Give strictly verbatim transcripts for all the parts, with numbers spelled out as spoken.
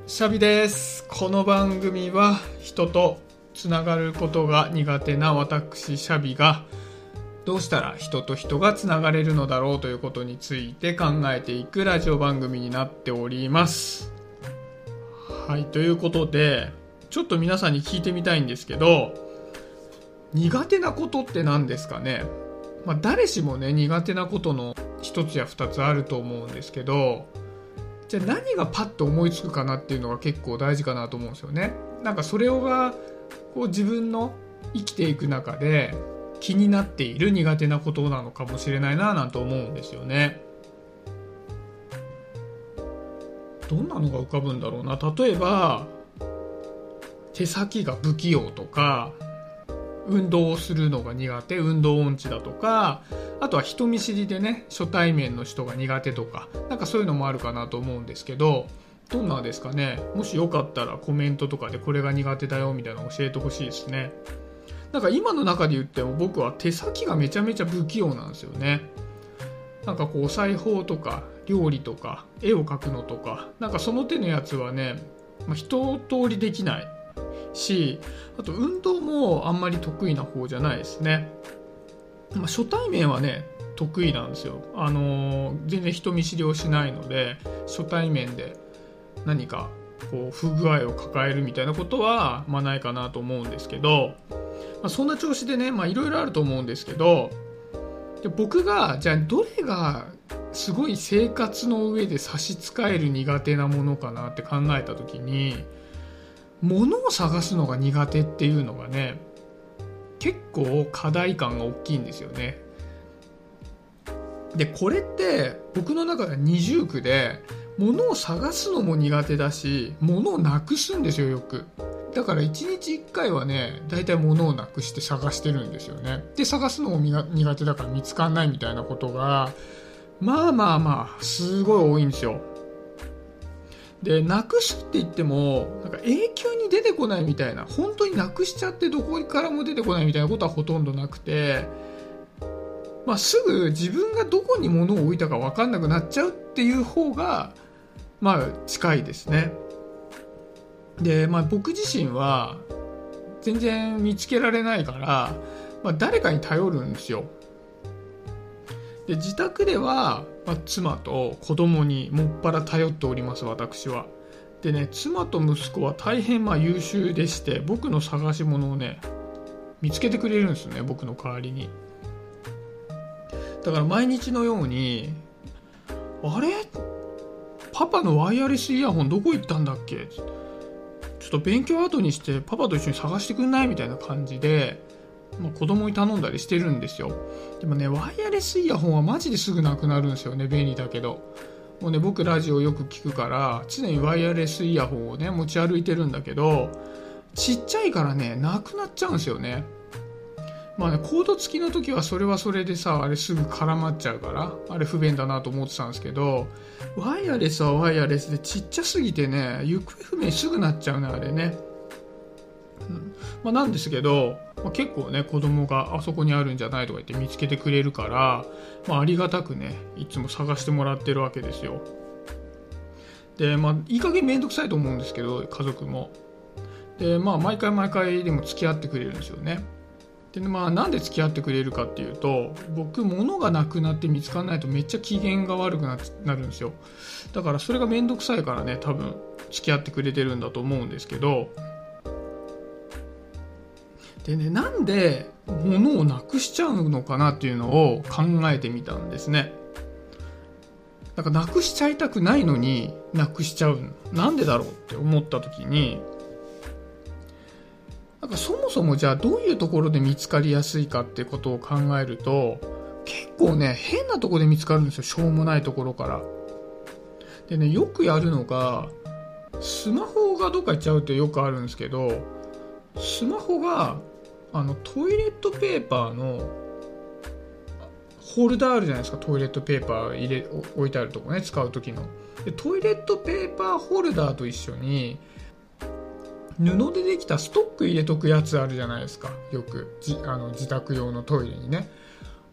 シャビです。この番組は人とつながることが苦手な私シャビがどうしたら人と人がつながれるのだろうということについて考えていくラジオ番組になっております。はい、ということでちょっと皆さんに聞いてみたいんですけど、苦手なことって何ですかね。まあ、誰しもね苦手なことの一つや二つあると思うんですけど、じゃあ何がパッと思いつくかなっていうのが結構大事かなと思うんですよね。なんかそれをがこう自分の生きていく中で気になっている苦手なことなのかもしれないななんて思うんですよね。どんなのが浮かぶんだろうな。例えば手先が不器用とか、運動をするのが苦手、運動音痴だとか、あとは人見知りでね初対面の人が苦手とか、なんかそういうのもあるかなと思うんですけど、どんなですかね。もしよかったらコメントとかでこれが苦手だよみたいなの教えてほしいですね。なんか今の中で言っても僕は手先がめちゃめちゃ不器用なんですよね。なんかこうお裁縫とか料理とか絵を描くのとか、なんかその手のやつはね、まあ、一通りできないし、あと運動もあんまり得意な方じゃないですね。まあ、初対面はね得意なんですよ。あのー、全然人見知りをしないので、初対面で何かこう不具合を抱えるみたいなことはまあないかなと思うんですけど、まあ、そんな調子でねいろいろあると思うんですけど、で僕がじゃあどれがすごい生活の上で差し支える苦手なものかなって考えた時に、物を探すのが苦手っていうのがね結構課題感が大きいんですよね。でこれって僕の中では二重苦で、物を探すのも苦手だし物をなくすんですよよく。だからいちにちいっかいはねだいたい物をなくして探してるんですよね。で探すのも苦手だから見つかんないみたいなことがまあまあまあすごい多いんですよ。でなくすって言ってもなんか永久に出てこないみたいな、本当になくしちゃってどこからも出てこないみたいなことはほとんどなくて、まあ、すぐ自分がどこに物を置いたか分かんなくなっちゃうっていう方がまあ近いですね。で、まあ、僕自身は全然見つけられないから、まあ、誰かに頼るんですよ。で自宅では、まあ、妻と子供にもっぱら頼っております私は。でね、妻と息子は大変まあ優秀でして、僕の探し物をね見つけてくれるんですよね、僕の代わりに。だから毎日のように、あれパパのワイヤレスイヤホンどこ行ったんだっけ、ちょっと勉強後にしてパパと一緒に探してくんないみたいな感じで、まあ、子供に頼んだりしてるんですよ。でもねワイヤレスイヤホンはマジですぐなくなるんですよね。便利だけどもうね、僕ラジオよく聞くから常にワイヤレスイヤホンをね持ち歩いてるんだけど、ちっちゃいからねなくなっちゃうんですよね。まあね、コード付きの時はそれはそれでさ、あれすぐ絡まっちゃうからあれ不便だなと思ってたんですけど、ワイヤレスはワイヤレスでちっちゃすぎてね行方不明すぐなっちゃうねあれね。うんまあ、なんですけど、まあ、結構ね子供があそこにあるんじゃないとか言って見つけてくれるから、まあ、ありがたくねいつも探してもらってるわけですよ。でまあいい加減めんどくさいと思うんですけど家族も。でまあ毎回毎回でも付き合ってくれるんですよね。でまあなんで付き合ってくれるかっていうと、僕物がなくなって見つからないとめっちゃ機嫌が悪く な, なるんですよ。だからそれがめんどくさいからね多分付き合ってくれてるんだと思うんですけど、でね、なんで物をなくしちゃうのかなっていうのを考えてみたんですね。なんかなくしちゃいたくないのになくしちゃう、なんでだろうって思った時に、なんかそもそもじゃあどういうところで見つかりやすいかってことを考えると、結構ね変なところで見つかるんですよ、しょうもないところから。でね、よくやるのがスマホがどっか行っちゃうってよくあるんですけど、スマホがあのトイレットペーパーのホルダーあるじゃないですか。トイレットペーパー入れ置いてあるとこね、使う時の。でトイレットペーパーホルダーと一緒に布でできたストック入れとくやつあるじゃないですか。よくじあの自宅用のトイレにね、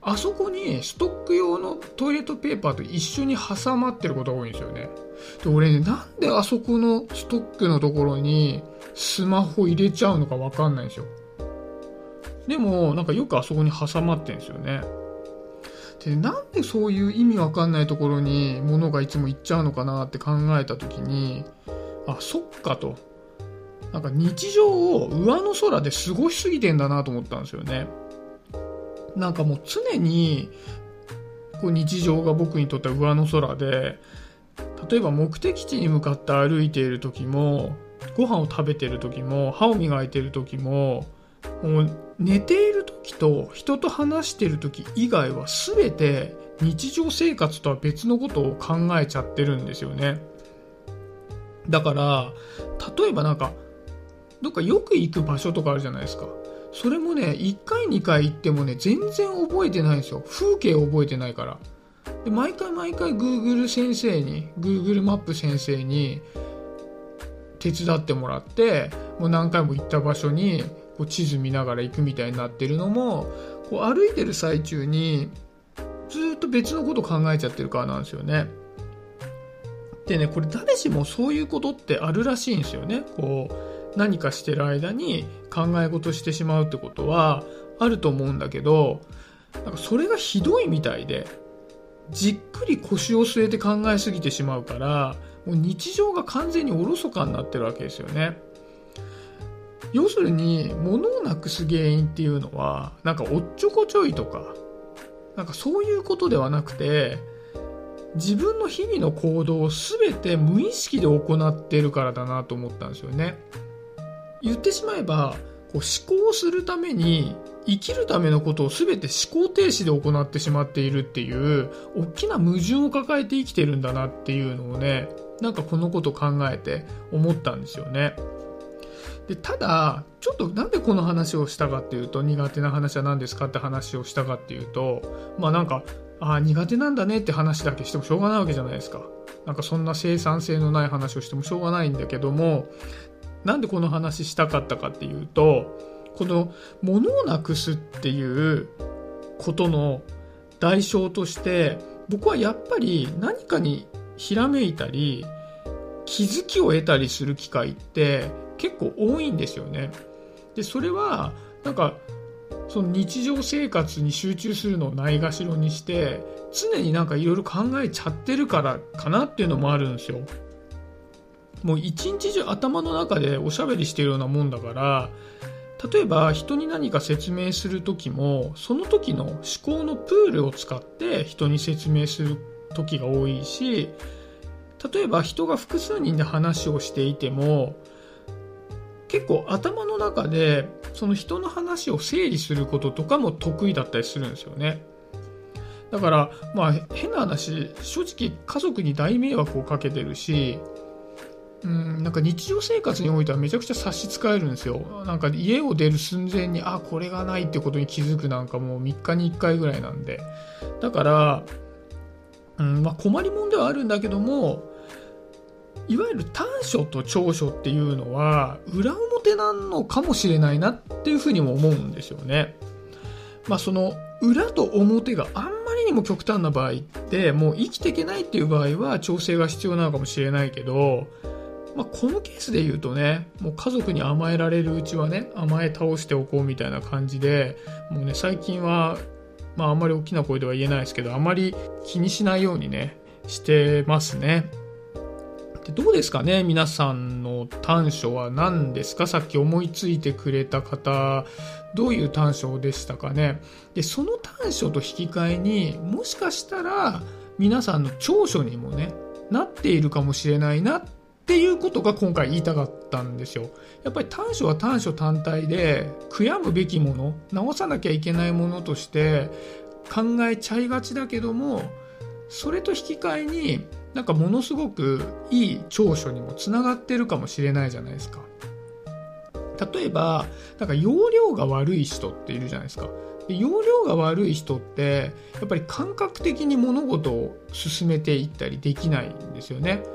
あそこにストック用のトイレットペーパーと一緒に挟まってることが多いんですよね。で俺ね、なんであそこのストックのところにスマホ入れちゃうのかわかんないんですよ。でもなんかよくあそこに挟まってるんですよね。でなんでそういう意味わかんないところに物がいつも行っちゃうのかなって考えたときに、あ、そっかと、なんか日常を上の空で過ごしすぎてんだなと思ったんですよね。なんかもう常にこう日常が僕にとっては上の空で、例えば目的地に向かって歩いている時も、ご飯を食べている時も、歯を磨いている時も、もう寝ている時と人と話している時以外は全て日常生活とは別のことを考えちゃってるんですよね。だから例えばなんかどっかよく行く場所とかあるじゃないですか。それもね、いっかいにかい行ってもね、全然覚えてないんですよ。風景を覚えてないから。で毎回毎回 Google 先生に Google マップ先生に手伝ってもらって、もう何回も行った場所にこう地図見ながら行くみたいになってるのも、こう歩いてる最中にずっと別のこと考えちゃってるからなんですよね。でね、これ誰しもそういうことってあるらしいんですよね。こう何かしてる間に考え事してしまうってことはあると思うんだけど、なんかそれがひどいみたいで、じっくり腰を据えて考えすぎてしまうから、もう日常が完全におろそかになってるわけですよね。要するに物をなくす原因っていうのはなんかおっちょこちょいとかなんかそういうことではなくて、自分の日々の行動を全て無意識で行っているからだなと思ったんですよね。言ってしまえばこう思考するために生きるためのことを全て思考停止で行ってしまっているっていう大きな矛盾を抱えて生きてるんだなっていうのをね、なんかこのことを考えて思ったんですよね。でただちょっとなんでこの話をしたかっていうと、苦手な話は何ですかって話をしたかっていうと、まあなんかあ苦手なんだねって話だけしてもしょうがないわけじゃないですか。なんかそんな生産性のない話をしてもしょうがないんだけども、なんでこの話したかったかっていうと、この物をなくすっていうことの代償として僕はやっぱり何かにひらめいたり気づきを得たりする機会って結構多いんですよね。でそれはなんかその日常生活に集中するのをないがしろにして常になんかいろいろ考えちゃってるからかなっていうのもあるんですよ。もう一日中頭の中でおしゃべりしているようなもんだから、例えば人に何か説明する時もその時の思考のプールを使って人に説明する時が多いし、例えば人が複数人で話をしていても結構頭の中でその人の話を整理することとかも得意だったりするんですよね。だからまあ変な話、正直家族に大迷惑をかけてるし、うんなんか日常生活においてはめちゃくちゃ差し支えるんですよ。なんか家を出る寸前にあこれがないってことに気づくなんかもうみっかにいっかいぐらいなんで、だから、うんまあ、困りもんではあるんだけども、いわゆる短所と長所っていうのは裏表なのかもしれないなっていうふうにも思うんですよね。まあその裏と表があんまりにも極端な場合ってもう生きていけないっていう場合は調整が必要なのかもしれないけど、まあ、このケースで言うとね、もう家族に甘えられるうちはね甘え倒しておこうみたいな感じで、もうね最近はまああんまり大きな声では言えないですけど、あまり気にしないようにねしてますね。でどうですかね、皆さんの短所は何ですか。さっき思いついてくれた方どういう短所でしたかね。でその短所と引き換えにもしかしたら皆さんの長所にもねなっているかもしれないなっていうことが今回言いたかったんですよ。やっぱり短所は短所単体で悔やむべきもの、直さなきゃいけないものとして考えちゃいがちだけども、それと引き換えになんかものすごくいい長所にもつながってるかもしれないじゃないですか。例えばなんか容量が悪い人っているじゃないですか。で容量が悪い人ってやっぱり感覚的に物事を進めていったりできないんですよね。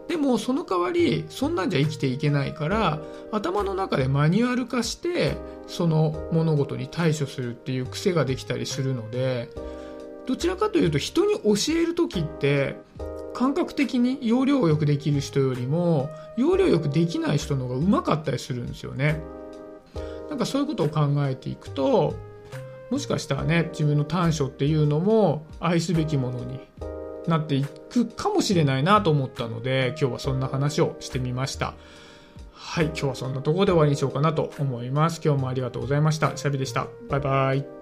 でもその代わりそんなんじゃ生きていけないから、頭の中でマニュアル化してその物事に対処するっていう癖ができたりするので、どちらかというと人に教える時って感覚的に要領よくできる人よりも要領よくできない人の方がうまかったりするんですよね。なんかそういうことを考えていくと、もしかしたらね、自分の短所っていうのも愛すべきものになっていくかもしれないなと思ったので、今日はそんな話をしてみました。はい、今日はそんなところで終わりにしようかなと思います。今日もありがとうございました。シャビでした。バイバイ。